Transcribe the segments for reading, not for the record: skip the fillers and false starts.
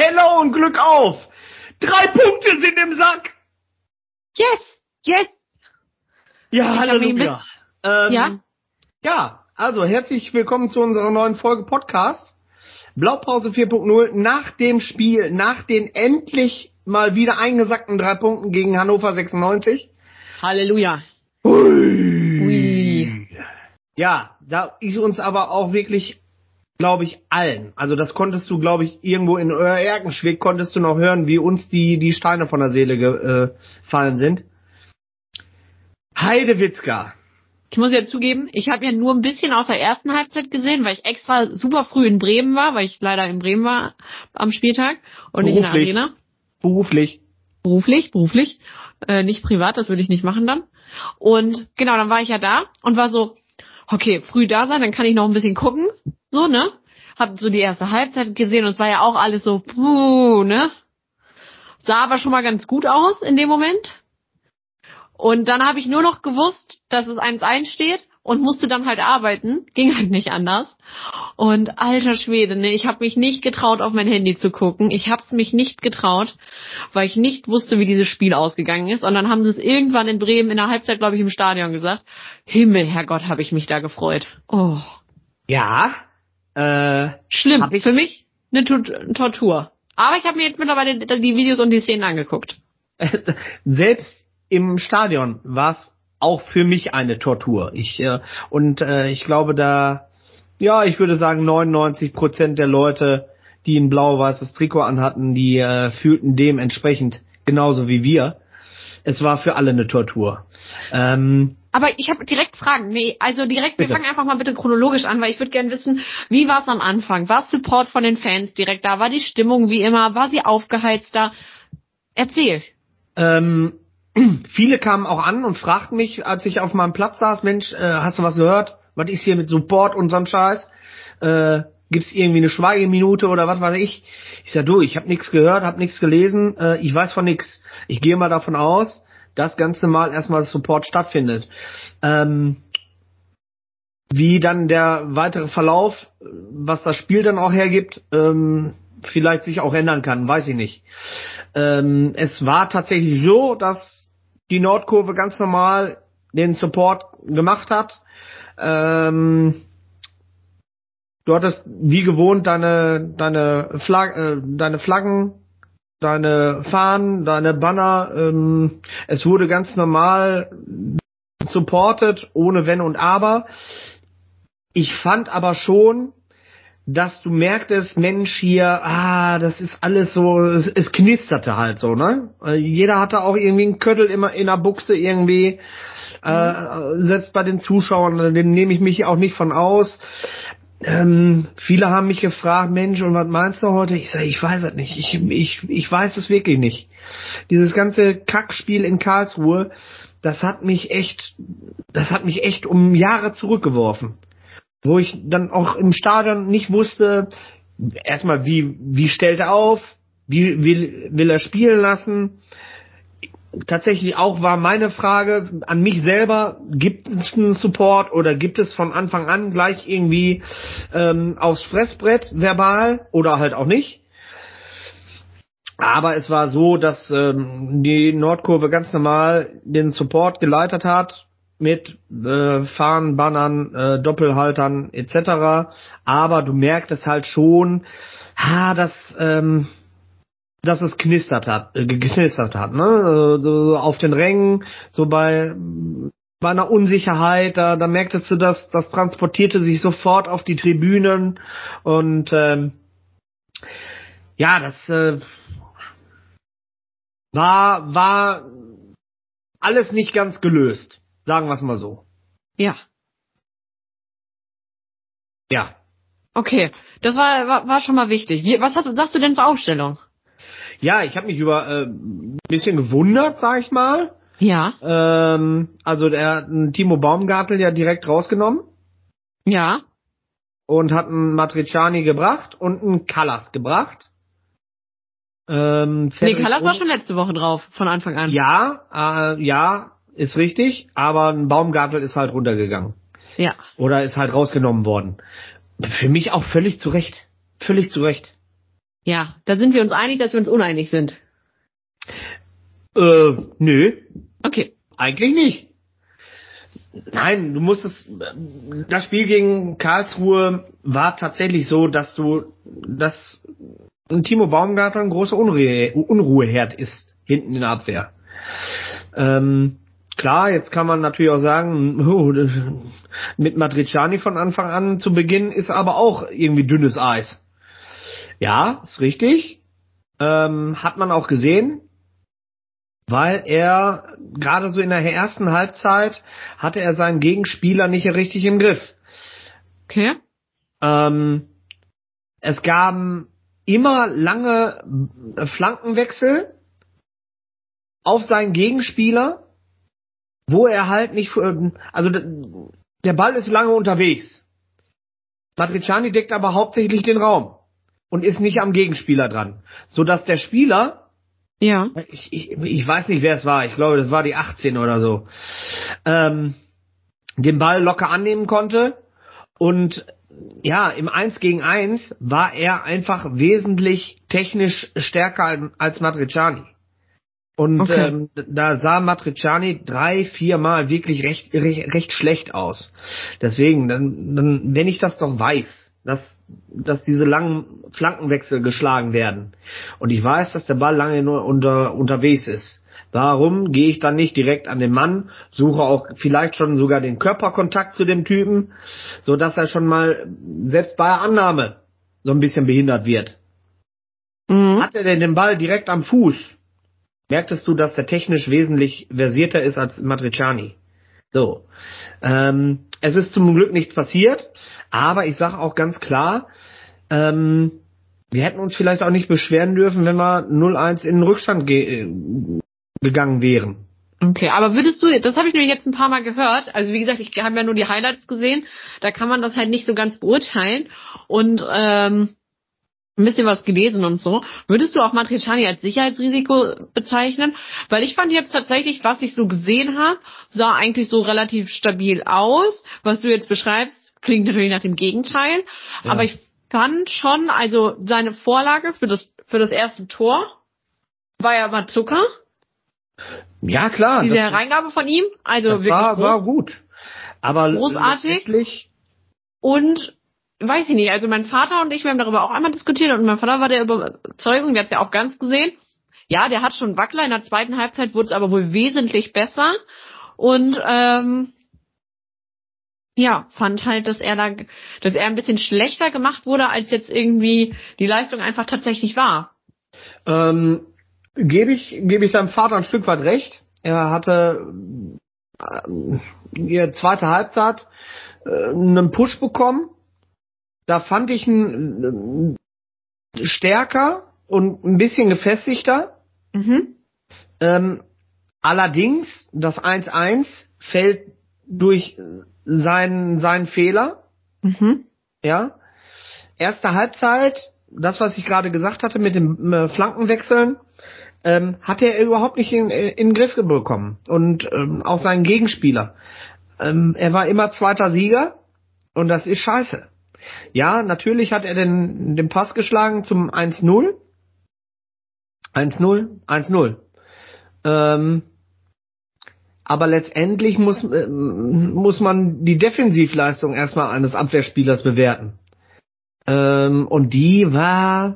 Hello und Glück auf! 3 Punkte sind im Sack! Yes! Ja, Halleluja. Ja, also herzlich willkommen zu unserer neuen Folge Podcast. Blaupause 4.0 nach dem Spiel, nach den endlich mal wieder eingesackten 3 Punkten gegen Hannover 96. Halleluja. Ui. Ja, da ist uns aber auch wirklich, glaube ich, allen. Also das konntest du, glaube ich, irgendwo in Erkenschwick konntest du noch hören, wie uns die Steine von der Seele gefallen sind. Heidewitzka. Ich muss ja zugeben, ich habe ja nur ein bisschen aus der ersten Halbzeit gesehen, weil ich extra super früh in Bremen war, weil ich leider in Bremen war am Spieltag und nicht in der Arena. Beruflich, nicht privat, das würde ich nicht machen dann. Und genau, dann war ich ja da und war so, okay, früh da sein, dann kann ich noch ein bisschen gucken, so, ne? Hab so die erste Halbzeit gesehen und es war ja auch alles so, ne? Sah aber schon mal ganz gut aus in dem Moment. Und dann habe ich nur noch gewusst, dass es 1-1 steht und musste dann halt arbeiten. Ging halt nicht anders. Und alter Schwede, ne, ich habe mich nicht getraut, auf mein Handy zu gucken. Ich habe es mich nicht getraut, weil ich nicht wusste, wie dieses Spiel ausgegangen ist. Und dann haben sie es irgendwann in Bremen in der Halbzeit, glaube ich, im Stadion gesagt. Himmel, Herrgott, habe ich mich da gefreut. Oh. Ja. Schlimm. Für mich eine Tortur. Aber ich habe mir jetzt mittlerweile die Videos und die Szenen angeguckt. Selbst im Stadion war es auch für mich eine Tortur. Ich glaube ich würde sagen 99% der Leute, die ein blau-weißes Trikot anhatten, die fühlten dementsprechend genauso wie wir. Es war für alle eine Tortur. Aber ich habe direkt Fragen. Wir fangen einfach mal bitte chronologisch an, weil ich würde gerne wissen, wie war es am Anfang? War Support von den Fans direkt da? War die Stimmung wie immer? War sie aufgeheizter? Erzähl. Viele kamen auch an und fragten mich, als ich auf meinem Platz saß, Mensch, hast du was gehört? Was ist hier mit Support und so'n Scheiß? Gibt's irgendwie eine Schweigeminute oder was weiß ich? Ich sag, ich habe nichts gehört, habe nichts gelesen, ich weiß von nichts. Ich gehe mal davon aus, dass ganz normal erstmal Support stattfindet. Wie dann der weitere Verlauf, was das Spiel dann auch hergibt, vielleicht sich auch ändern kann, weiß ich nicht. Es war tatsächlich so, dass die Nordkurve ganz normal den Support gemacht hat. Du hattest wie gewohnt deine Flaggen, deine Fahnen, deine Banner. Es wurde ganz normal supported, ohne Wenn und Aber. Ich fand aber schon, dass du merktest, Mensch, hier, das ist alles so, es knisterte halt so, ne? Jeder hatte auch irgendwie einen Köttel immer in der Buchse irgendwie, selbst bei den Zuschauern, dem nehme ich mich auch nicht von aus. Viele haben mich gefragt, Mensch, und was meinst du heute? Ich sage, ich weiß es nicht, ich weiß es wirklich nicht. Dieses ganze Kackspiel in Karlsruhe, das hat mich echt um Jahre zurückgeworfen. Wo ich dann auch im Stadion nicht wusste, erstmal wie stellt er auf, wie will er spielen lassen. Tatsächlich auch war meine Frage an mich selber, gibt es einen Support oder gibt es von Anfang an gleich irgendwie aufs Fressbrett verbal oder halt auch nicht. Aber es war so, dass die Nordkurve ganz normal den Support geleitet hat, mit Fahnen, Bannern, Doppelhaltern etc. Aber du merktest halt schon, dass es geknistert hat, ne? So auf den Rängen, so bei einer Unsicherheit, da merktest du, das transportierte sich sofort auf die Tribünen und das war alles nicht ganz gelöst. Sagen wir es mal so. Ja. Ja. Okay, das war schon mal wichtig. Was sagst du denn zur Aufstellung? Ja, ich habe mich über ein bisschen gewundert, sag ich mal. Ja. Also der hat einen Timo Baumgartel ja direkt rausgenommen. Ja. Und hat einen Matriciani gebracht und einen Callas gebracht. Callas war schon letzte Woche drauf, von Anfang an. Ja, ist richtig, aber ein Baumgartel ist halt runtergegangen. Ja. Oder ist halt rausgenommen worden. Für mich auch völlig zu Recht. Völlig zu Recht. Ja, da sind wir uns einig, dass wir uns uneinig sind. Nö, Okay. eigentlich nicht. Nein, das Spiel gegen Karlsruhe war tatsächlich so, dass ein Timo Baumgartner ein großer Unruheherd ist, hinten in der Abwehr. Klar, jetzt kann man natürlich auch sagen, mit Matriciani von Anfang an zu Beginn ist aber auch irgendwie dünnes Eis. Ja, ist richtig. Hat man auch gesehen, weil er gerade so in der ersten Halbzeit hatte er seinen Gegenspieler nicht richtig im Griff. Okay. Es gaben immer lange Flankenwechsel auf seinen Gegenspieler, wo er halt nicht, also der Ball ist lange unterwegs. Matriciani deckt aber hauptsächlich den Raum und ist nicht am Gegenspieler dran, sodass der Spieler, Ja. ich weiß nicht, wer es war, ich glaube, das war die 18 oder so, den Ball locker annehmen konnte und ja, im 1 gegen 1 war er einfach wesentlich technisch stärker als Matriciani. Und Okay. da sah Matriciani 3-4 Mal wirklich recht schlecht aus. Deswegen, dann, wenn ich das doch weiß, dass diese langen Flankenwechsel geschlagen werden und ich weiß, dass der Ball lange nur unterwegs ist, warum gehe ich dann nicht direkt an den Mann, suche auch vielleicht schon sogar den Körperkontakt zu dem Typen, so dass er schon mal selbst bei der Annahme so ein bisschen behindert wird. Mhm. Hat er denn den Ball direkt am Fuß, merktest du, dass der technisch wesentlich versierter ist als Matriciani. So. Es ist zum Glück nichts passiert, aber ich sage auch ganz klar, wir hätten uns vielleicht auch nicht beschweren dürfen, wenn wir 0-1 in den Rückstand gegangen wären. Okay, aber würdest du, das habe ich nämlich jetzt ein paar Mal gehört, also wie gesagt, ich habe ja nur die Highlights gesehen, da kann man das halt nicht so ganz beurteilen und ein bisschen was gelesen und so. Würdest du auch Matriciani als Sicherheitsrisiko bezeichnen? Weil ich fand jetzt tatsächlich, was ich so gesehen habe, sah eigentlich so relativ stabil aus. Was du jetzt beschreibst, klingt natürlich nach dem Gegenteil. Ja. Aber ich fand schon, also seine Vorlage für das erste Tor war ja mal Zucker. Ja, klar. Diese Hereingabe von ihm, also Das wirklich war gut. Aber großartig. letztlich, Und weiß ich nicht, also mein Vater und ich, wir haben darüber auch einmal diskutiert und mein Vater war der Überzeugung, der hat es ja auch ganz gesehen. Ja, der hat schon Wackler, in der zweiten Halbzeit wurde es aber wohl wesentlich besser und ja, fand halt, dass er ein bisschen schlechter gemacht wurde, als jetzt irgendwie die Leistung einfach tatsächlich war. gebe ich deinem Vater ein Stück weit recht. Er hatte die zweite Halbzeit einen Push bekommen. Da fand ich ihn stärker und ein bisschen gefestigter. Mhm. Allerdings, das 1-1 fällt durch seinen Fehler. Mhm. Ja. Erste Halbzeit, das, was ich gerade gesagt hatte mit dem Flankenwechseln, hat er überhaupt nicht in den Griff bekommen. Und auch seinen Gegenspieler. Er war immer zweiter Sieger und das ist scheiße. Ja, natürlich hat er den Pass geschlagen zum 1-0. 1-0, 1-0. Aber letztendlich muss man die Defensivleistung erstmal eines Abwehrspielers bewerten. Und die war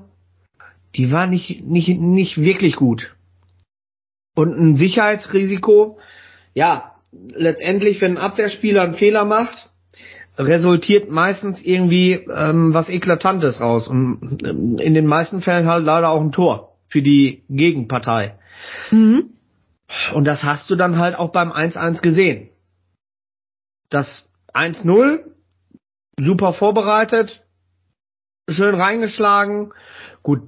nicht wirklich gut. Und ein Sicherheitsrisiko, ja, letztendlich, wenn ein Abwehrspieler einen Fehler macht, resultiert meistens irgendwie was Eklatantes raus. Und in den meisten Fällen halt leider auch ein Tor für die Gegenpartei. Mhm. Und das hast du dann halt auch beim 1-1 gesehen. Das 1-0, super vorbereitet, schön reingeschlagen. Gut,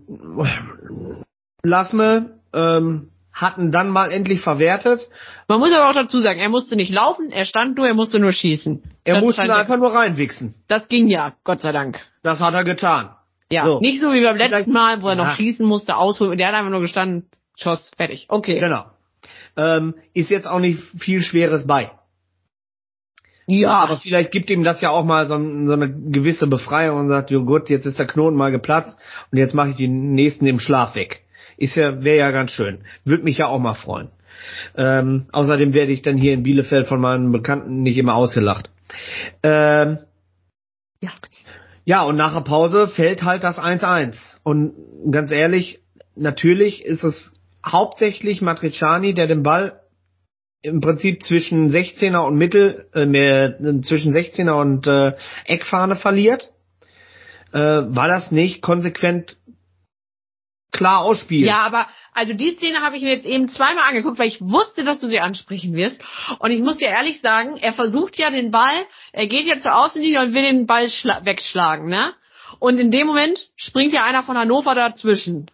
Lasme hatten dann mal endlich verwertet. Man muss aber auch dazu sagen, er musste nicht laufen, er stand nur, er musste nur schießen. Er musste einfach nur reinwichsen. Das ging ja, Gott sei Dank. Das hat er getan. Ja, so. Nicht so wie beim letzten Vielleicht- Mal, wo er noch Ja. schießen musste, ausholen. Der hat einfach nur gestanden, schoss, fertig. Okay. Genau. Ist jetzt auch nicht viel Schweres bei. Ja. Aber vielleicht gibt ihm das ja auch mal so eine gewisse Befreiung und sagt, jo gut, jetzt ist der Knoten mal geplatzt und jetzt mache ich die nächsten im Schlaf weg. Wäre ja ganz schön. Würde mich ja auch mal freuen. Außerdem werde ich dann hier in Bielefeld von meinen Bekannten nicht immer ausgelacht. Ja. Ja, und nach der Pause fällt halt das 1-1. Und ganz ehrlich, natürlich ist es hauptsächlich Matriciani, der den Ball im Prinzip zwischen 16er und zwischen 16er und Eckfahne verliert, weil das nicht konsequent klar ausspielt. Ja, aber also die Szene habe ich mir jetzt eben zweimal angeguckt, weil ich wusste, dass du sie ansprechen wirst. Und ich muss dir ehrlich sagen, er versucht ja den Ball, er geht ja zur Außenlinie und will den Ball wegschlagen, ne? Und in dem Moment springt ja einer von Hannover dazwischen.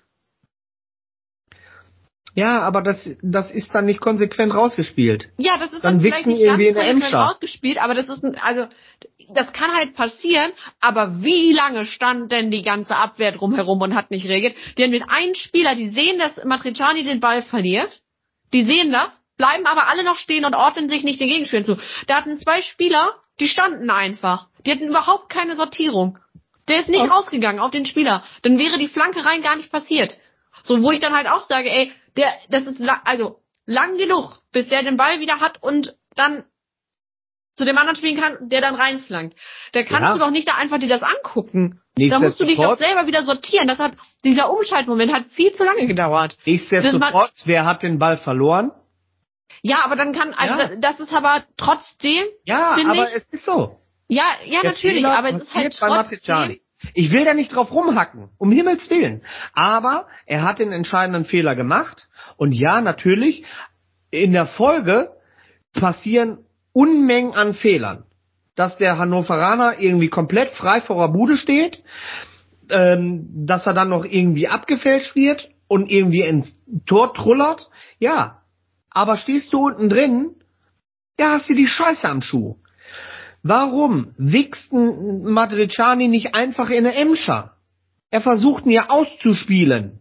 Ja, aber das ist dann nicht konsequent rausgespielt. Ja, das ist dann vielleicht nicht ganz konsequent rausgespielt, aber das kann halt passieren, aber wie lange stand denn die ganze Abwehr drumherum und hat nicht reagiert? Die haben mit einem Spieler, die sehen, dass Matriciani den Ball verliert, die sehen das, bleiben aber alle noch stehen und ordnen sich nicht den Gegenspielern zu. Da hatten 2 Spieler, die standen einfach. Die hatten überhaupt keine Sortierung. Der ist nicht rausgegangen auf den Spieler. Dann wäre die Flanke rein gar nicht passiert. So, wo ich dann halt auch sage, ey, das ist lang genug, bis der den Ball wieder hat und dann zu dem anderen spielen kann, der dann reinflankt. Da kannst du doch nicht da einfach dir das angucken. Da musst du dich doch selber wieder sortieren. Dieser Umschaltmoment hat viel zu lange gedauert. Nichtsdestotrotz, wer hat den Ball verloren? Ja, aber dann das ist aber trotzdem, aber es ist so. Ja, natürlich, aber es ist halt trotzdem. Ich will da nicht drauf rumhacken, um Himmels Willen. Aber er hat den entscheidenden Fehler gemacht. Und ja, natürlich, in der Folge passieren Unmengen an Fehlern. Dass der Hannoveraner irgendwie komplett frei vor der Bude steht, dass er dann noch irgendwie abgefälscht wird und irgendwie ins Tor trullert. Ja, aber stehst du unten drin, hast du die Scheiße am Schuh. Warum wichst Matriciani nicht einfach in eine Emscher? Er versucht ihn ja auszuspielen.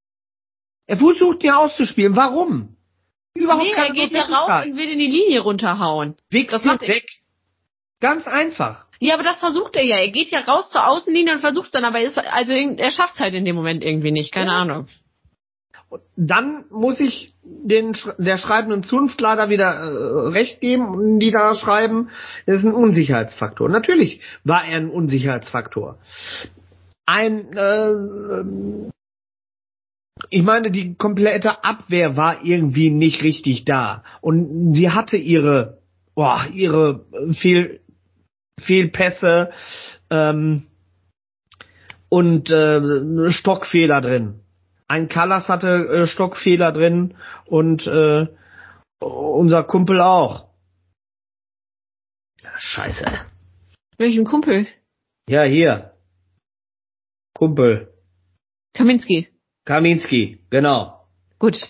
Warum? Er geht ja raus und will in die Linie runterhauen. Das macht weg. Ganz einfach. Ja, aber das versucht er ja. Er geht ja raus zur Außenlinie und versucht dann, aber er schafft es halt in dem Moment irgendwie nicht. Keine Ahnung. Und dann muss ich der schreibenden Zunft leider wieder recht geben, die da schreiben, das ist ein Unsicherheitsfaktor. Natürlich war er ein Unsicherheitsfaktor. Ich meine, die komplette Abwehr war irgendwie nicht richtig da. Und sie hatte ihre Fehlpässe und Stockfehler drin. Ein Callas hatte Stockfehler drin und unser Kumpel auch. Ja, scheiße. Welchen Kumpel? Ja, hier. Kumpel. Kaminski, genau. Gut.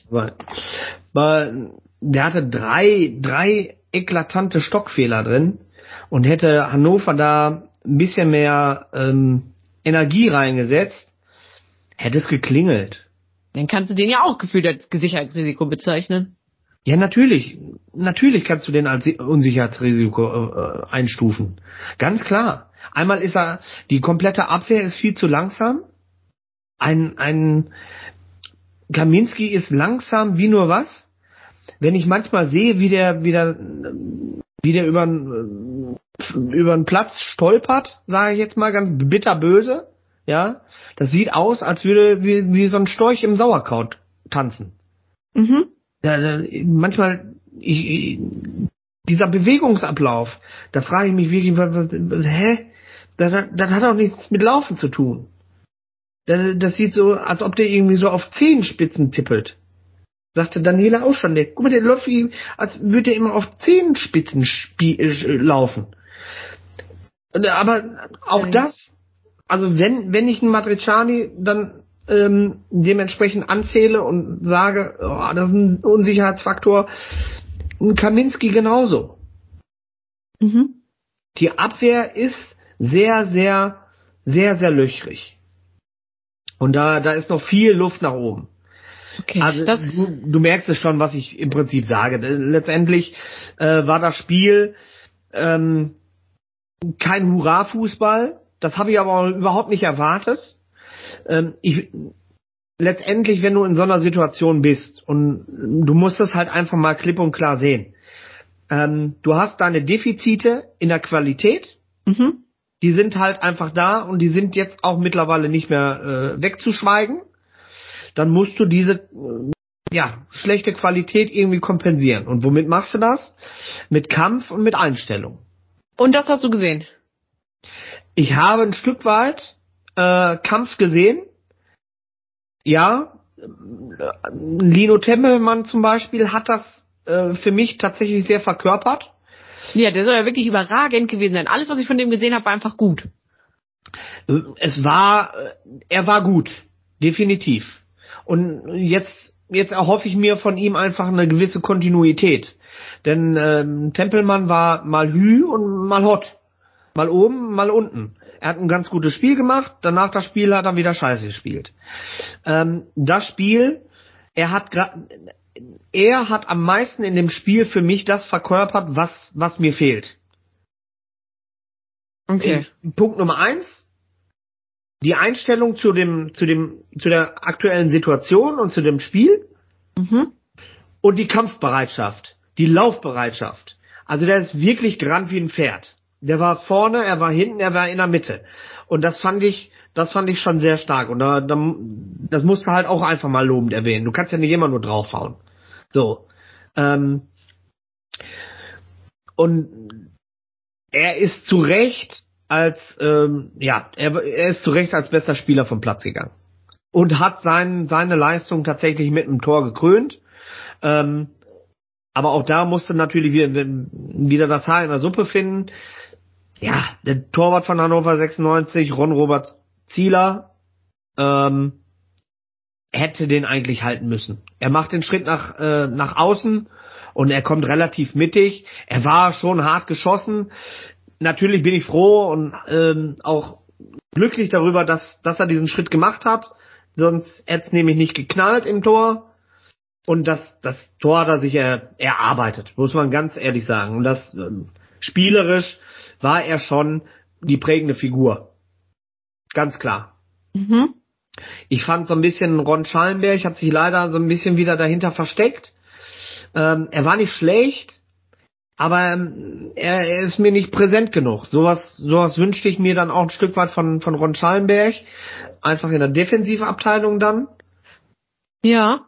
Der hatte drei eklatante Stockfehler drin und hätte Hannover da ein bisschen mehr Energie reingesetzt, hätte es geklingelt. Dann kannst du den ja auch gefühlt als Sicherheitsrisiko bezeichnen. Ja, natürlich. Natürlich kannst du den als Unsicherheitsrisiko einstufen. Ganz klar. Einmal die komplette Abwehr ist viel zu langsam. Ein Kaminski ist langsam wie nur was. Wenn ich manchmal sehe, wie der über den Platz stolpert, sage ich jetzt mal ganz bitterböse, ja, das sieht aus, als würde wie so ein Storch im Sauerkraut tanzen. Mhm. Manchmal dieser Bewegungsablauf, da frage ich mich wirklich, das hat auch nichts mit Laufen zu tun. Das sieht so, als ob der irgendwie so auf Zehenspitzen tippelt. Sagte Daniela auch schon. Guck mal, der läuft wie, als würde er immer auf Zehenspitzen laufen. Aber auch das, also wenn ich einen Matriciani dann dementsprechend anzähle und sage, das ist ein Unsicherheitsfaktor, ein Kaminski genauso. Mhm. Die Abwehr ist sehr, sehr, sehr, sehr löchrig. Und da ist noch viel Luft nach oben. Okay, also du merkst es schon, was ich im Prinzip sage. Letztendlich war das Spiel kein Hurra-Fußball. Das habe ich aber auch überhaupt nicht erwartet. Letztendlich, wenn du in so einer Situation bist und du musst es halt einfach mal klipp und klar sehen. Du hast deine Defizite in der Qualität. Mhm. Die sind halt einfach da und die sind jetzt auch mittlerweile nicht mehr wegzuschweigen. Dann musst du diese schlechte Qualität irgendwie kompensieren. Und womit machst du das? Mit Kampf und mit Einstellung. Und das hast du gesehen? Ich habe ein Stück weit Kampf gesehen. Ja, Lino Tempelmann zum Beispiel hat das für mich tatsächlich sehr verkörpert. Ja, der soll ja wirklich überragend gewesen sein. Alles, was ich von dem gesehen habe, war einfach gut. Er war gut, definitiv. Und jetzt erhoffe ich mir von ihm einfach eine gewisse Kontinuität. Denn Tempelmann war mal Hü und mal Hot. Mal oben, mal unten. Er hat ein ganz gutes Spiel gemacht, danach das Spiel hat er wieder scheiße gespielt. Das Spiel, er hat am meisten in dem Spiel für mich das verkörpert, was mir fehlt. Okay. Punkt Nummer 1, die Einstellung zu der aktuellen Situation und zu dem Spiel. Mhm. Und die Kampfbereitschaft, die Laufbereitschaft. Also der ist wirklich gerannt wie ein Pferd. Der war vorne, er war hinten, er war in der Mitte. Und das fand ich schon sehr stark. Und das musst du halt auch einfach mal lobend erwähnen. Du kannst ja nicht immer nur draufhauen. So. Und er ist zu Recht als bester Spieler vom Platz gegangen. Und hat seine Leistung tatsächlich mit einem Tor gekrönt. Aber auch da musste natürlich wieder das Haar in der Suppe finden. Ja, der Torwart von Hannover 96, Ron-Robert Zieler, hätte den eigentlich halten müssen. Er macht den Schritt nach außen und er kommt relativ mittig. Er war schon hart geschossen. Natürlich bin ich froh und auch glücklich darüber, dass er diesen Schritt gemacht hat. Sonst hätte es nämlich nicht geknallt im Tor. Und das Tor hat er sich erarbeitet, muss man ganz ehrlich sagen. Und das spielerisch war er schon die prägende Figur. Ganz klar. Mhm. Ich fand so ein bisschen Ron Schallenberg hat sich leider so ein bisschen wieder dahinter versteckt. Er war nicht schlecht, aber er ist mir nicht präsent genug. Sowas wünschte ich mir dann auch ein Stück weit von Ron Schallenberg. Einfach in der Defensivabteilung dann. Ja.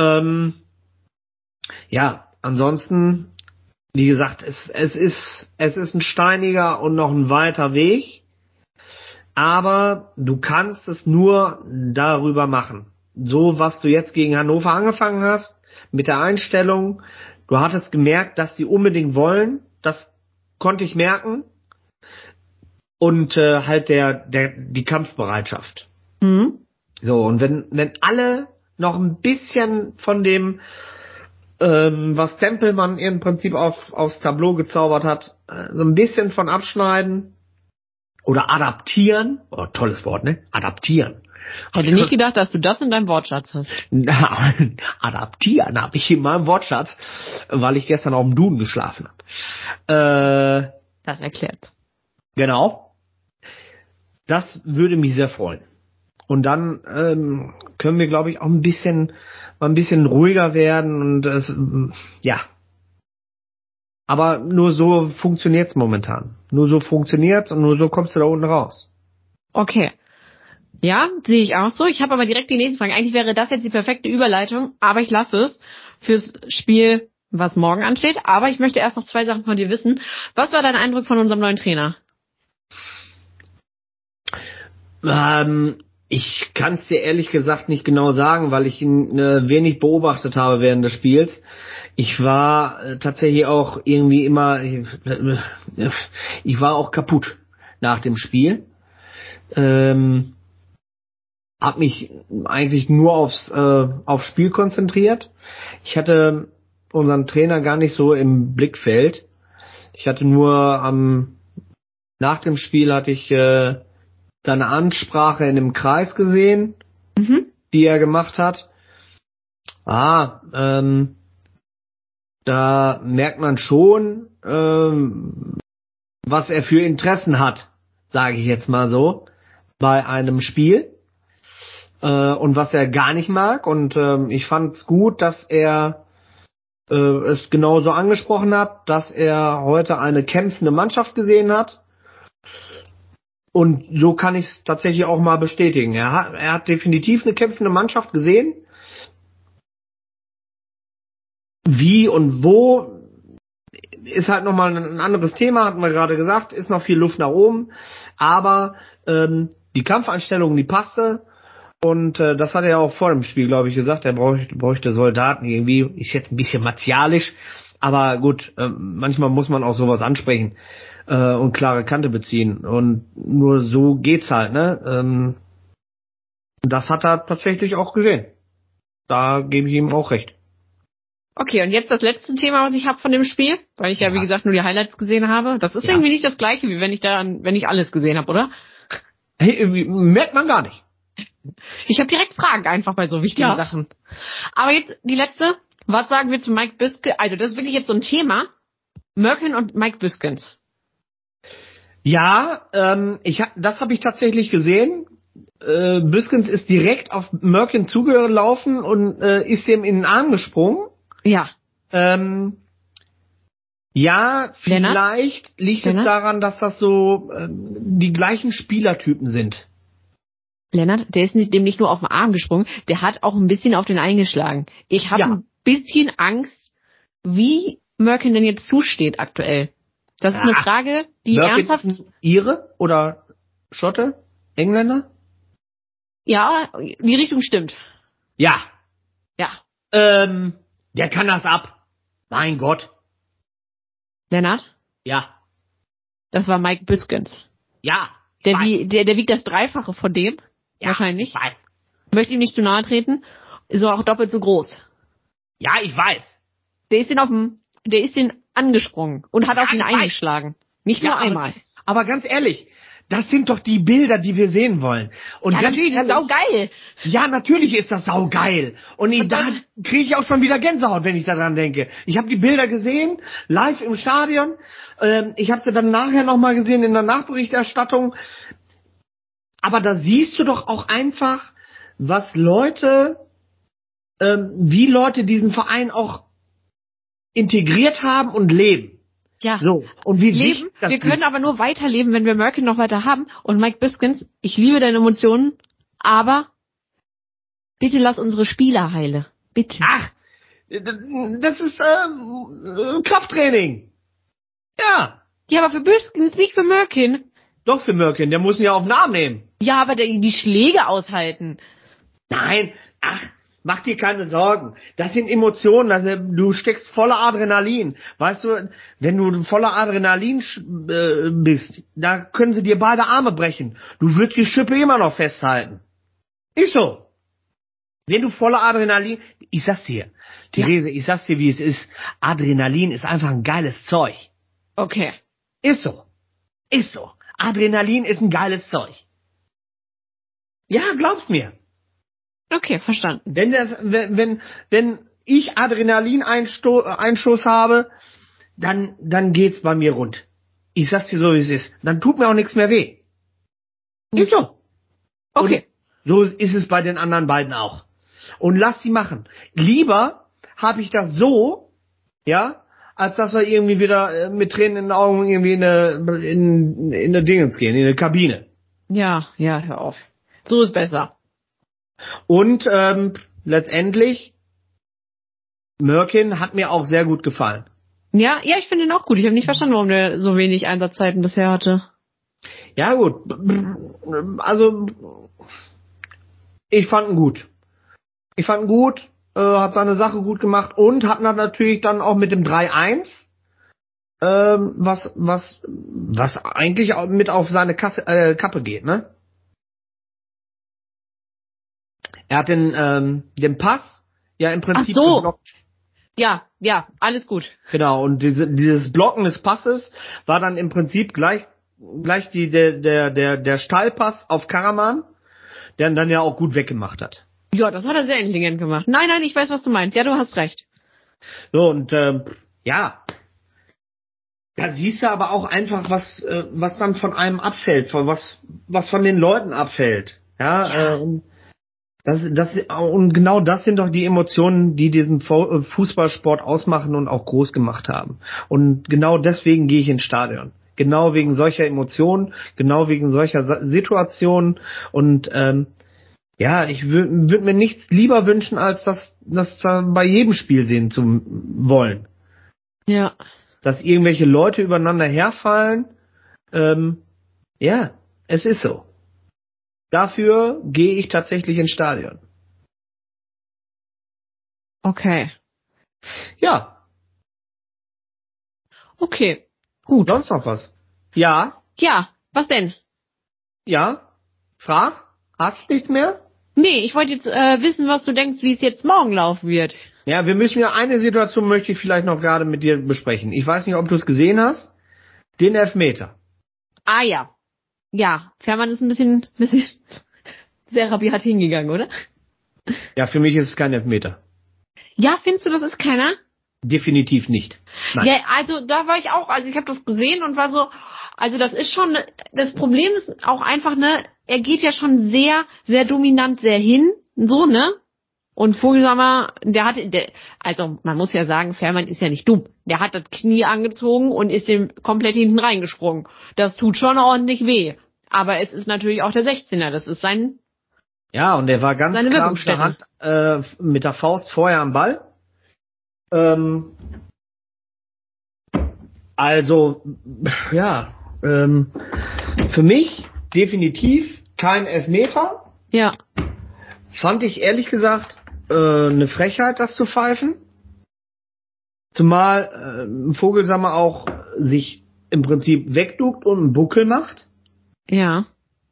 Ansonsten, wie gesagt, es ist ein steiniger und noch ein weiter Weg, aber du kannst es nur darüber machen. So, was du jetzt gegen Hannover angefangen hast, mit der Einstellung, du hattest gemerkt, dass die unbedingt wollen, das konnte ich merken, und halt die Kampfbereitschaft. Mhm. So, und wenn alle noch ein bisschen von dem was Tempelmann im Prinzip aufs Tableau gezaubert hat, so ein bisschen von abschneiden oder adaptieren. Oh, tolles Wort, ne? Adaptieren. Hätte nicht gedacht, dass du das in deinem Wortschatz hast. Adaptieren habe ich in meinem Wortschatz, weil ich gestern auf dem Duden geschlafen habe. Das erklärt's. Genau. Das würde mich sehr freuen. Und dann können wir, glaube ich, auch ein bisschen ruhiger werden und Aber nur so funktioniert's momentan. Nur so funktioniert's und nur so kommst du da unten raus. Okay. Ja, sehe ich auch so. Ich habe aber direkt die nächste Frage. Eigentlich wäre das jetzt die perfekte Überleitung, aber ich lasse es fürs Spiel, was morgen ansteht. Aber ich möchte erst noch 2 Sachen von dir wissen. Was war dein Eindruck von unserem neuen Trainer? Ich kann es dir ehrlich gesagt nicht genau sagen, weil ich ihn wenig beobachtet habe während des Spiels. Ich war tatsächlich auch irgendwie ich war auch kaputt nach dem Spiel. Hab mich eigentlich nur aufs Spiel konzentriert. Ich hatte unseren Trainer gar nicht so im Blickfeld. Ich hatte nur nach dem Spiel hatte ich seine Ansprache in dem Kreis gesehen, die er gemacht hat. Da merkt man schon, was er für Interessen hat, sage ich jetzt mal so, bei einem Spiel und was er gar nicht mag. Und ich fand es gut, dass er es genauso angesprochen hat, dass er heute eine kämpfende Mannschaft gesehen hat. Und so kann ich es tatsächlich auch mal bestätigen. Er hat definitiv eine kämpfende Mannschaft gesehen. Wie und wo ist halt nochmal ein anderes Thema, hatten wir gerade gesagt, ist noch viel Luft nach oben. Aber die Kampfeinstellung, die passte. Und das hat er ja auch vor dem Spiel, glaube ich, gesagt. Er bräuchte Soldaten irgendwie. Ist jetzt ein bisschen martialisch. Aber gut, manchmal muss man auch sowas ansprechen und klare Kante beziehen. Und nur so geht's halt, ne? Das hat er tatsächlich auch gesehen. Da gebe ich ihm auch recht. Okay, und jetzt das letzte Thema, was ich habe von dem Spiel, weil ich ja, wie gesagt, nur die Highlights gesehen habe. Das ist irgendwie nicht das gleiche, wie wenn ich alles gesehen habe, oder? Hey, merkt man gar nicht. Ich habe direkt Fragen einfach bei so wichtigen Sachen. Aber jetzt die letzte. Was sagen wir zu Mike Biskins? Also das ist wirklich jetzt so ein Thema. Merkin und Mike Biskins. Ja, das habe ich tatsächlich gesehen. Biskins ist direkt auf Merkin zugelaufen und ist ihm in den Arm gesprungen. Ja. Ja, vielleicht liegt es daran, dass das so die gleichen Spielertypen sind. Lennart, der ist dem nicht nur auf den Arm gesprungen, der hat auch ein bisschen auf den eingeschlagen. Ich habe ein bisschen Angst, wie Merkin denn jetzt zusteht aktuell. Das ist eine Frage, die Merkin ernsthaft... Ist Ire oder Schotte? Engländer? Ja, die Richtung stimmt. Ja. Ja. Der kann das ab. Mein Gott. Lennart? Ja. Das war Mike Biskins. Ja. Der wiegt das Dreifache von dem. Ja, wahrscheinlich. Ich weiß. Möchte ihm nicht zu nahe treten. Ist auch doppelt so groß. Ja, ich weiß. Der ist den angesprungen und hat auf ihn eingeschlagen. Nicht nur einmal. Aber ganz ehrlich, das sind doch die Bilder, die wir sehen wollen. Und ja, natürlich, das ist saugeil. Ja, natürlich ist das saugeil. Und da kriege ich auch schon wieder Gänsehaut, wenn ich daran denke. Ich habe die Bilder gesehen, live im Stadion. Ich habe sie dann nachher nochmal gesehen in der Nachberichterstattung. Aber da siehst du doch auch einfach, was wie Leute diesen Verein auch integriert haben und leben. Ja. So. Und wie leben. Wir können aber nur weiterleben, wenn wir Merkin noch weiter haben. Und Mike Biskins, ich liebe deine Emotionen, aber bitte lass unsere Spieler heile. Bitte. Ach, das ist Krafttraining. Ja. Ja, aber für Biskins, nicht für Merkin. Doch für Merkin, der muss ihn ja auf den Arm nehmen. Ja, aber die Schläge aushalten. Nein, mach dir keine Sorgen. Das sind Emotionen. Du steckst voller Adrenalin. Weißt du, wenn du voller Adrenalin bist, da können sie dir beide Arme brechen. Du würdest die Schippe immer noch festhalten. Ist so. Wenn du voller Adrenalin... Ich sag's dir, Therese, ich sag's dir, wie es ist. Adrenalin ist einfach ein geiles Zeug. Okay. Ist so. Ist so. Adrenalin ist ein geiles Zeug. Ja, glaub's mir. Okay, verstanden. Wenn ich Adrenalinschuss habe, dann geht's bei mir rund. Ich sag's dir so, wie es ist. Dann tut mir auch nichts mehr weh. Ist so. Okay. Und so ist es bei den anderen beiden auch. Und lass sie machen. Lieber habe ich das so, ja, als dass wir irgendwie wieder mit Tränen in den Augen irgendwie in eine Dingens gehen, in eine Kabine. Ja, hör auf. So ist besser. Und letztendlich, Merkin hat mir auch sehr gut gefallen. Ja, ich finde ihn auch gut. Ich habe nicht verstanden, warum der so wenig Einsatzzeiten bisher hatte. Ja gut, also ich fand ihn gut. Hat seine Sache gut gemacht und hat natürlich dann auch mit dem 3-1, was eigentlich auch mit auf seine Kappe geht, ne? Er hat den Pass ja im Prinzip geblockt. Ja, alles gut. Genau, und dieses Blocken des Passes war dann im Prinzip gleich der Steilpass auf Karaman, der ihn dann ja auch gut weggemacht hat. Ja, das hat er sehr intelligent gemacht. Nein, ich weiß, was du meinst. Ja, du hast recht. So, und ja. Da siehst du aber auch einfach, was dann von einem abfällt, was von den Leuten abfällt. Ja, und und genau das sind doch die Emotionen, die diesen Fußballsport ausmachen und auch groß gemacht haben. Und genau deswegen gehe ich ins Stadion. Genau wegen solcher Emotionen, genau wegen solcher Situationen. Und ja, ich würde mir nichts lieber wünschen, als das bei jedem Spiel sehen zu wollen. Ja. Dass irgendwelche Leute übereinander herfallen. Ja, es ist so. Dafür gehe ich tatsächlich ins Stadion. Okay. Ja, Okay. Gut. sonst noch was? Ja, Ja, was denn? ja. Frag? Hast nichts mehr? Nee, ich wollte jetzt wissen, was du denkst, wie es jetzt morgen laufen wird. Ja, wir müssen ja eine Situation möchte ich vielleicht noch gerade mit dir besprechen. Ich weiß nicht, ob du es gesehen hast. Den Elfmeter. Ah ja. Ja, Fährmann ist ein bisschen sehr rabiat hingegangen, oder? Ja, für mich ist es kein Elfmeter. Ja, findest du, das ist keiner? Definitiv nicht. Nein. Ja, also da war ich auch, also ich habe das gesehen und war so, also das ist schon, das Problem ist auch einfach, ne, er geht ja schon sehr, sehr dominant sehr hin, so, ne? Und Vogelsammer, also man muss ja sagen, Fährmann ist ja nicht dumm. Der hat das Knie angezogen und ist dem komplett hinten reingesprungen. Das tut schon ordentlich weh. Aber es ist natürlich auch der 16er, das ist Ja, und er war ganz seine klar mit der Wirkungsstätte. Hand, mit der Faust vorher am Ball. Also, ja, für mich definitiv kein Elfmeter. Ja, Fand ich ehrlich gesagt eine Frechheit, das zu pfeifen. Zumal Vogelsammer auch sich im Prinzip wegduckt und einen Buckel macht. ja.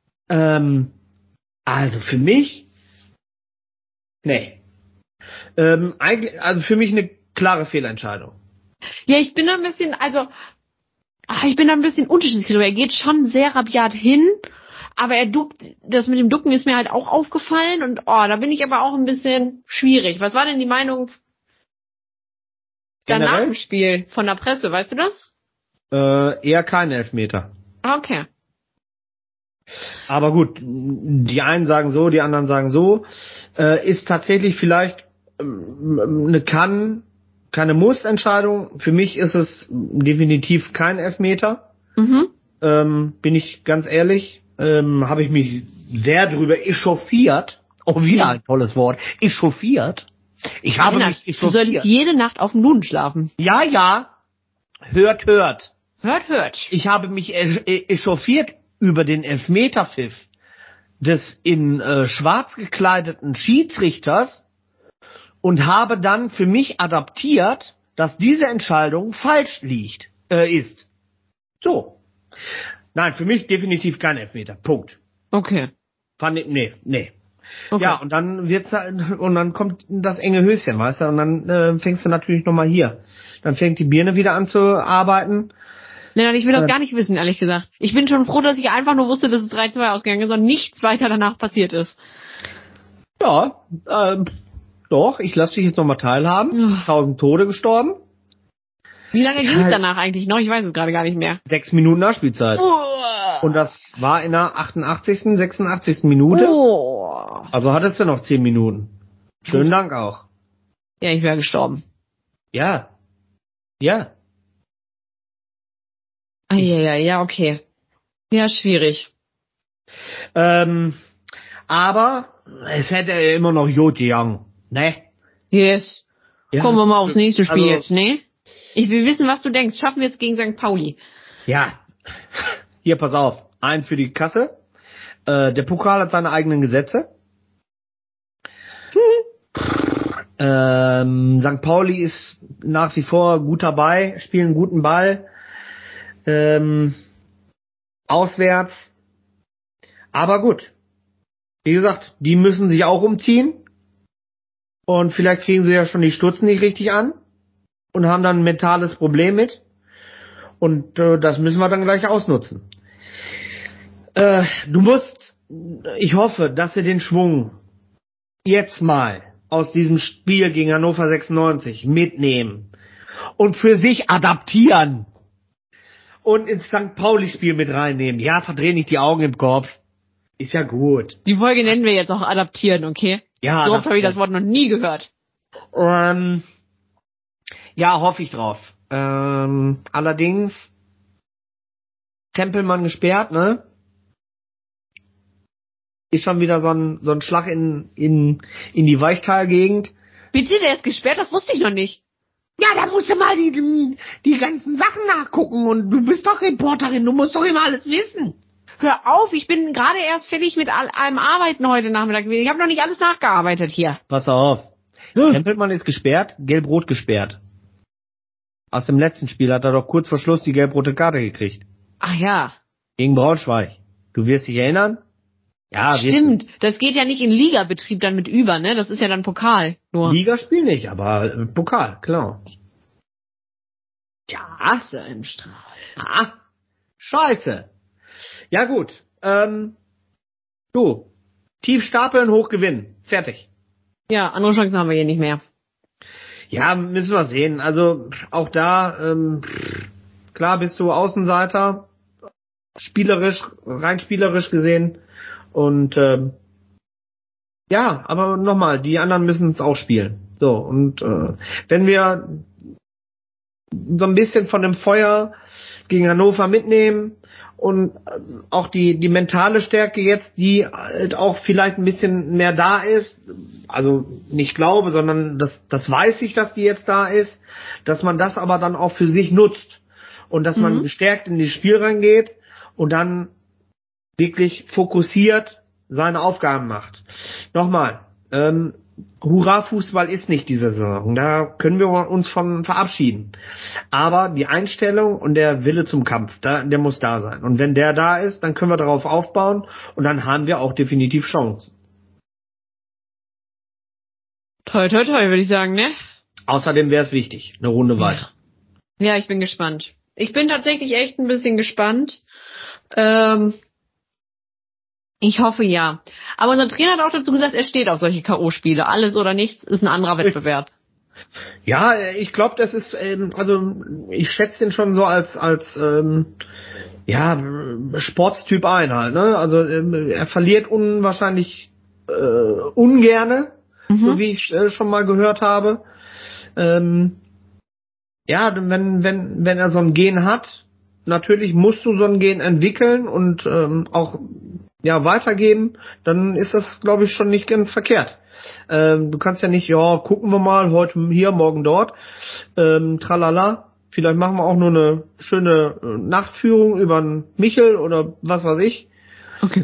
Also für mich, nee. Eigentlich, also für mich eine klare Fehlentscheidung. Ja, ich bin da ein bisschen, also, ich bin da ein bisschen unterschiedlich drüber. Er geht schon sehr rabiat hin, aber er duckt, das mit dem Ducken ist mir halt auch aufgefallen und da bin ich aber auch ein bisschen schwierig. Was war denn die Meinung danach im Generell Spiel von der Presse, weißt du das? eher kein Elfmeter. Okay. Aber gut, die einen sagen so, die anderen sagen so. Ist tatsächlich vielleicht keine Muss-Entscheidung. Für mich ist es definitiv kein Elfmeter. Mhm. Bin ich ganz ehrlich. Habe ich mich sehr drüber echauffiert. Oh, wieder ein tolles Wort. Echauffiert. Ich habe Lennart, mich du solltest echauffiert. jede Nacht auf dem Duden schlafen. Ja, ja. Hört, hört. Hört, hört. Ich habe mich echauffiert über den Elfmeterpfiff des in schwarz gekleideten Schiedsrichters und habe dann für mich adaptiert, dass diese Entscheidung falsch ist. So. Nein, für mich definitiv kein Elfmeter. Punkt. Okay. Nee. Okay. Ja, und dann kommt das enge Höschen, weißt du, und dann fängst du natürlich nochmal hier. Dann fängt die Birne wieder an zu arbeiten. Lennart, ich will das gar nicht wissen, ehrlich gesagt. Ich bin schon froh, dass ich einfach nur wusste, dass es 3-2 ausgegangen ist und nichts weiter danach passiert ist. Ja, doch, ich lasse dich jetzt nochmal teilhaben. Ja. 1000 Tode gestorben. Wie lange ging es danach eigentlich noch? Ich weiß es gerade gar nicht mehr. 6 Minuten Nachspielzeit. Und das war in der 88., 86. Minute. Also hattest du noch 10 Minuten. Schönen Dank auch. Ja, ich wäre gestorben. Ja. Ja, okay. Ja, schwierig. Aber es hätte immer noch gut gegangen, ne? Yes. Ja, Kommen wir mal aufs nächste Spiel also, jetzt, ne? Ich will wissen, was du denkst. Schaffen wir es gegen St. Pauli? Ja. Hier, pass auf. Ein für die Kasse. Der Pokal hat seine eigenen Gesetze. St. Pauli ist nach wie vor gut dabei, spielen einen guten Ball. Auswärts. Aber gut. Wie gesagt, die müssen sich auch umziehen. Und vielleicht kriegen sie ja schon die Stutzen nicht richtig an. Und haben dann ein mentales Problem mit. Und das müssen wir dann gleich ausnutzen. Ich hoffe, dass sie den Schwung jetzt mal aus diesem Spiel gegen Hannover 96 mitnehmen und für sich adaptieren. und ins St. Pauli-Spiel mit reinnehmen. Ja, verdreh nicht die Augen im Kopf. Ist ja gut. Die Folge nennen wir jetzt auch adaptieren, okay? Ja, So oft habe ich das Wort noch nie gehört. Ja, hoffe ich drauf. Allerdings, Tempelmann gesperrt, ne? Ist schon wieder so ein Schlag in die Weichtalgegend. Bitte, der ist gesperrt, das wusste ich noch nicht. Ja, da musst du mal die ganzen Sachen nachgucken und du bist doch Reporterin, du musst doch immer alles wissen. Hör auf, ich bin gerade erst fertig mit allem Arbeiten heute Nachmittag. Ich habe noch nicht alles nachgearbeitet hier. Pass auf. Tempelmann ist gesperrt, gelb-rot gesperrt. Aus dem letzten Spiel hat er doch kurz vor Schluss die gelb-rote Karte gekriegt. Ach ja. Gegen Braunschweig. Du wirst dich erinnern? Ja, stimmt. Das geht ja nicht in Ligabetrieb dann mit über, ne? Das ist ja dann Pokal nur. Ligaspiel nicht, aber Pokal, klar. Ja, Wasser im Strahl. Ah, scheiße. Ja gut. Du. Tief stapeln, hoch gewinnen. Fertig. Ja, andere Chancen haben wir hier nicht mehr. Ja, müssen wir sehen. Also auch da, klar bist du Außenseiter, rein spielerisch gesehen. Und ja, aber nochmal, die anderen müssen es auch spielen. So, und wenn wir so ein bisschen von dem Feuer gegen Hannover mitnehmen und auch die mentale Stärke jetzt, die halt auch vielleicht ein bisschen mehr da ist, also nicht glaube, sondern das weiß ich, dass die jetzt da ist, dass man das aber dann auch für sich nutzt und dass man gestärkt in das Spiel reingeht und dann wirklich fokussiert seine Aufgaben macht. Nochmal, Hurra-Fußball ist nicht diese Saison. Da können wir uns von verabschieden. Aber die Einstellung und der Wille zum Kampf, der muss da sein. Und wenn der da ist, dann können wir darauf aufbauen und dann haben wir auch definitiv Chancen. Toi, toi, toi, würde ich sagen, ne? Außerdem wäre es wichtig, eine Runde weiter. Ja, ich bin gespannt. Ich bin tatsächlich echt ein bisschen gespannt. Ich hoffe ja. Aber unser Trainer hat auch dazu gesagt, er steht auf solche K.O.-Spiele. Alles oder nichts ist ein anderer Wettbewerb. Ja, ich glaube, das ist, also ich schätze ihn schon so als Sportstyp ein halt, ne? Also er verliert unwahrscheinlich ungerne, so wie ich schon mal gehört habe. Ja, wenn er so ein Gen hat, natürlich musst du so ein Gen entwickeln und auch weitergeben, dann ist das, glaube ich, schon nicht ganz verkehrt. Du kannst ja nicht, gucken wir mal, heute hier, morgen dort, tralala. Vielleicht machen wir auch nur eine schöne Nachtführung über einen Michel oder was weiß ich. Okay.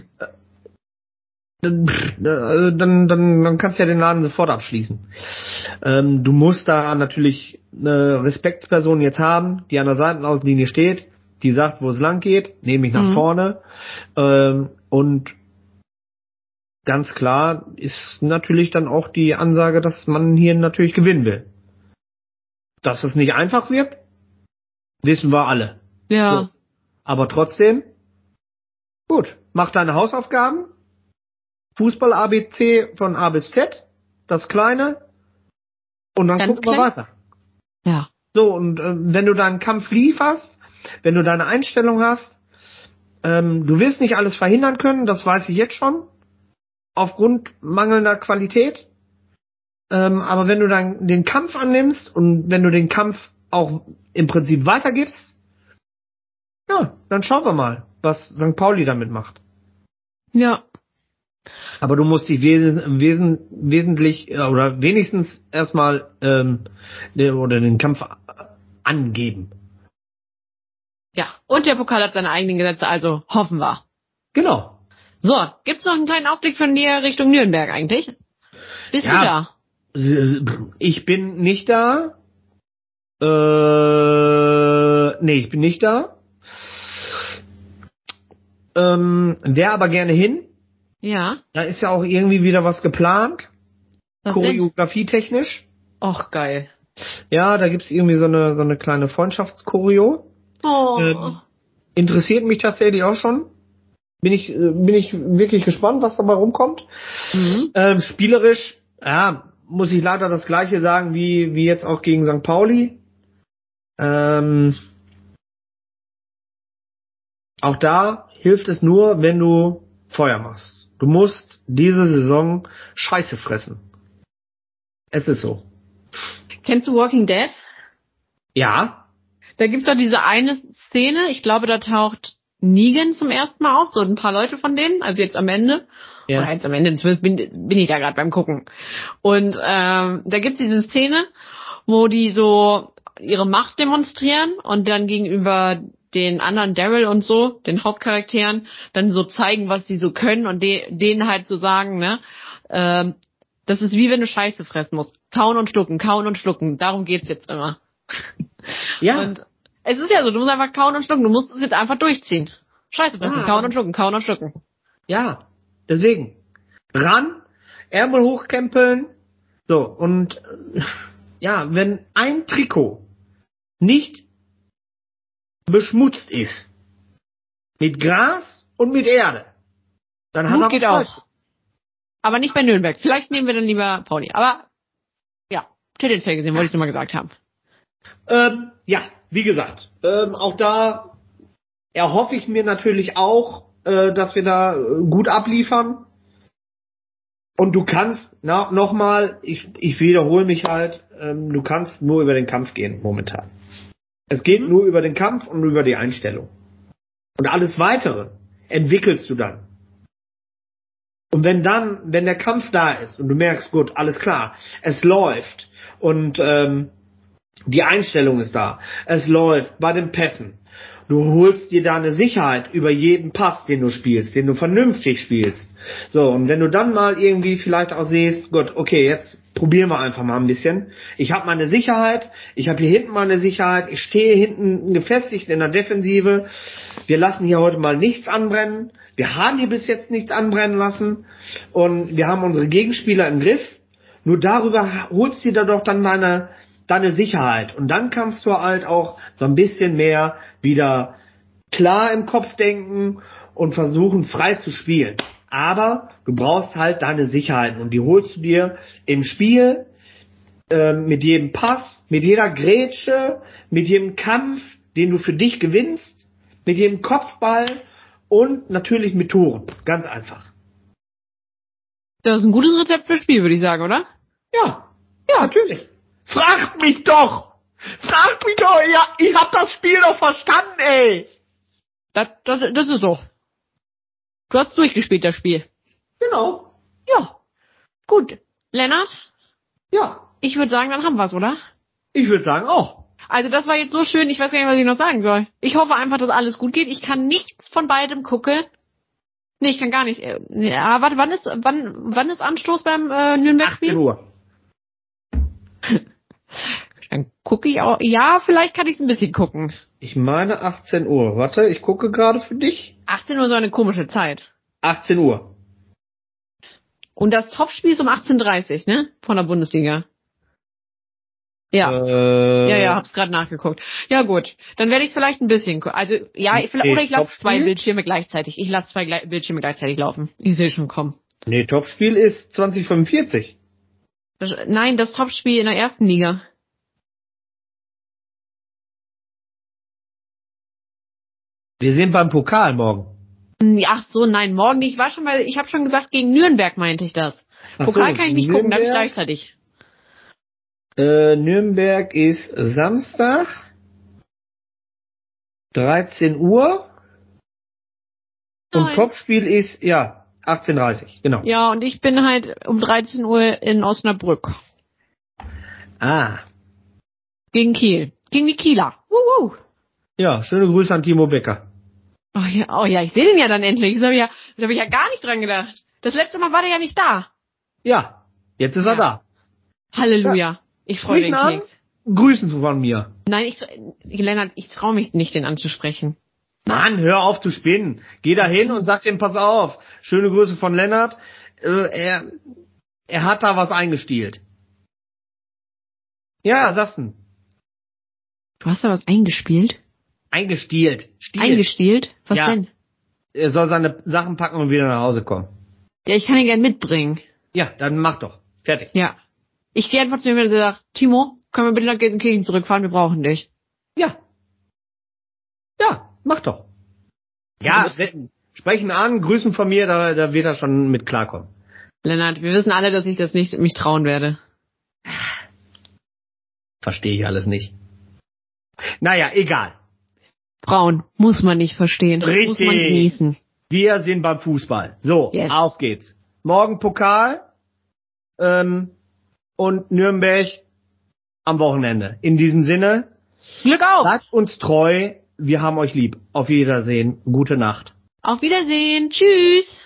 Dann kannst du ja den Laden sofort abschließen. Du musst da natürlich eine Respektsperson jetzt haben, die an der Seitenaußenlinie steht, die sagt, wo es lang geht, nehme ich nach vorne. Und ganz klar ist natürlich dann auch die Ansage, dass man hier natürlich gewinnen will. Dass es nicht einfach wird, wissen wir alle. Ja. So. Aber trotzdem, gut, mach deine Hausaufgaben. Fußball ABC von A bis Z, das Kleine, und dann Ganz gucken wir klein? weiter. Ja. So, und wenn du deinen Kampf lieferst, wenn du deine Einstellung hast, du wirst nicht alles verhindern können, das weiß ich jetzt schon, aufgrund mangelnder Qualität. Aber wenn du dann den Kampf annimmst und wenn du den Kampf auch im Prinzip weitergibst, ja, dann schauen wir mal, was St. Pauli damit macht. Ja. Aber du musst dich wesentlich oder wenigstens erstmal oder den Kampf angeben. Ja. Und der Pokal hat seine eigenen Gesetze, also hoffen wir. Genau. So, gibt's noch einen kleinen Aufblick von dir Richtung Nürnberg eigentlich? Bist du da? Ich bin nicht da. Nee, ich bin nicht da. Wäre aber gerne hin. Ja. Da ist ja auch irgendwie wieder was geplant. Choreografietechnisch. Och, geil. Ja, da gibt's irgendwie so eine kleine Freundschaftschoreo. Oh. Interessiert mich tatsächlich auch schon. Bin ich wirklich gespannt, was dabei rumkommt. Spielerisch, ja, muss ich leider das Gleiche sagen wie jetzt auch gegen St. Pauli. Auch da hilft es nur, wenn du Feuer machst. Du musst diese Saison Scheiße fressen. Es ist so. Kennst du Walking Dead? Ja. Da gibt's doch diese eine Szene, ich glaube, da taucht Negan zum ersten Mal auf, so ein paar Leute von denen, also jetzt am Ende. Ja. Oder jetzt am Ende, zumindest bin ich da gerade beim Gucken. Und da gibt's diese Szene, wo die so ihre Macht demonstrieren und dann gegenüber den anderen Daryl und so, den Hauptcharakteren, dann so zeigen, was sie so können und denen halt so sagen, ne, das ist wie wenn du Scheiße fressen musst. Kauen und schlucken. Darum geht's jetzt immer. Ja. Und es ist ja so, du musst einfach kauen und schlucken. Du musst es jetzt einfach durchziehen. Scheiße fressen, kauen und schlucken. Ja. Deswegen. Ran, Ärmel hochkrempeln. So, und ja, wenn ein Trikot nicht beschmutzt ist mit Gras und mit Erde, dann hat Blut er geht was auch. Aber nicht bei Nürnberg. Vielleicht nehmen wir dann lieber Pauli. Aber ja, tendenziell gesehen, wollte ich nur mal gesagt haben. Ja, wie gesagt, auch da erhoffe ich mir natürlich auch, dass wir da gut abliefern. Und du kannst, nochmal, ich wiederhole mich halt, du kannst nur über den Kampf gehen momentan. Es geht nur über den Kampf und über die Einstellung. Und alles Weitere entwickelst du dann. Und wenn der Kampf da ist und du merkst, gut, alles klar, es läuft und die Einstellung ist da, es läuft bei den Pässen, du holst dir da eine Sicherheit über jeden Pass, den du spielst, den du vernünftig spielst. So, und wenn du dann mal irgendwie vielleicht auch siehst, gut, okay, jetzt probieren wir einfach mal ein bisschen. Ich habe meine Sicherheit, ich habe hier hinten meine Sicherheit, ich stehe hinten gefestigt in der Defensive. Wir lassen hier heute mal nichts anbrennen. Wir haben hier bis jetzt nichts anbrennen lassen und wir haben unsere Gegenspieler im Griff. Nur darüber holst du dir doch dann deine Sicherheit. Und dann kannst du halt auch so ein bisschen mehr wieder klar im Kopf denken und versuchen, frei zu spielen. Aber du brauchst halt deine Sicherheiten und die holst du dir im Spiel mit jedem Pass, mit jeder Grätsche, mit jedem Kampf, den du für dich gewinnst, mit jedem Kopfball und natürlich mit Toren. Ganz einfach. Das ist ein gutes Rezept fürs Spiel, würde ich sagen, oder? Ja, natürlich. Fragt mich doch! Ja, ich hab das Spiel doch verstanden, ey! Das ist so. Du hast durchgespielt, das Spiel. Genau. Ja. Gut. Lennart, Ja. ich würde sagen, dann haben wir's, oder? Ich würde sagen auch. Also das war jetzt so schön, ich weiß gar nicht, was ich noch sagen soll. Ich hoffe einfach, dass alles gut geht. Ich kann nichts von beidem gucken. Nee, ich kann gar nicht. Ja, warte, wann ist Anstoß beim Nürnberg-Spiel? 18 Uhr. Dann gucke ich auch. Ja, vielleicht kann ich es ein bisschen gucken. Ich meine 18 Uhr. Warte, ich gucke gerade für dich. 18 Uhr so eine komische Zeit. 18 Uhr. Und das Topspiel ist um 18:30, ne? Von der Bundesliga. Ja. Ja, hab's gerade nachgeguckt. Ja gut, dann werde ich es vielleicht ein bisschen also ja, oder ich lasse zwei Bildschirme gleichzeitig. Ich lasse zwei Bildschirme gleichzeitig laufen. Ich sehe schon kommen. Nee, Topspiel ist 2045. Nein, das Topspiel in der ersten Liga. Wir sind beim Pokal morgen. Ach so, nein, morgen nicht. Ich habe schon gesagt, gegen Nürnberg meinte ich das. Pokal kann ich nicht gucken, da habe ich gleichzeitig. Nürnberg ist Samstag, 13 Uhr. Und Topspiel ist, 18:30, genau. Ja, und ich bin halt um 13 Uhr in Osnabrück. Ah. Gegen Kiel. Gegen die Kieler. Wuhu. Ja, schöne Grüße an Timo Becker. Oh ja, ich sehe den ja dann endlich. Da hab ich ja gar nicht dran gedacht. Das letzte Mal war der ja nicht da. Ja, jetzt ist er da. Halleluja. Ja. Ich freue mich. Grüßen von mir. Nein, Lennart, ich traue mich nicht, den anzusprechen. Mann, hör auf zu spinnen. Geh da hin und sag ihm, pass auf. Schöne Grüße von Lennart. Er hat da was eingestielt. Ja, sag's denn. Du hast da was eingespielt? Eingestielt. Eingestielt? Was denn? Er soll seine Sachen packen und wieder nach Hause kommen. Ja, ich kann ihn gern mitbringen. Ja, dann mach doch. Fertig. Ja. Ich gehe einfach zu ihm und sage, Timo, können wir bitte nach Gelsenkirchen zurückfahren? Wir brauchen dich. Ja. Ja, mach doch. Ja, sprechen an, grüßen von mir, da wird er schon mit klarkommen. Lennart, wir wissen alle, dass ich das nicht mich trauen werde. Verstehe ich alles nicht. Naja, egal. Frauen muss man nicht verstehen. Richtig. Muss man genießen. Wir sind beim Fußball. So, Yes. Auf geht's. Morgen Pokal und Nürnberg am Wochenende. In diesem Sinne, Glück auf! bleibt uns treu. Wir haben euch lieb. Auf Wiedersehen. Gute Nacht. Auf Wiedersehen. Tschüss!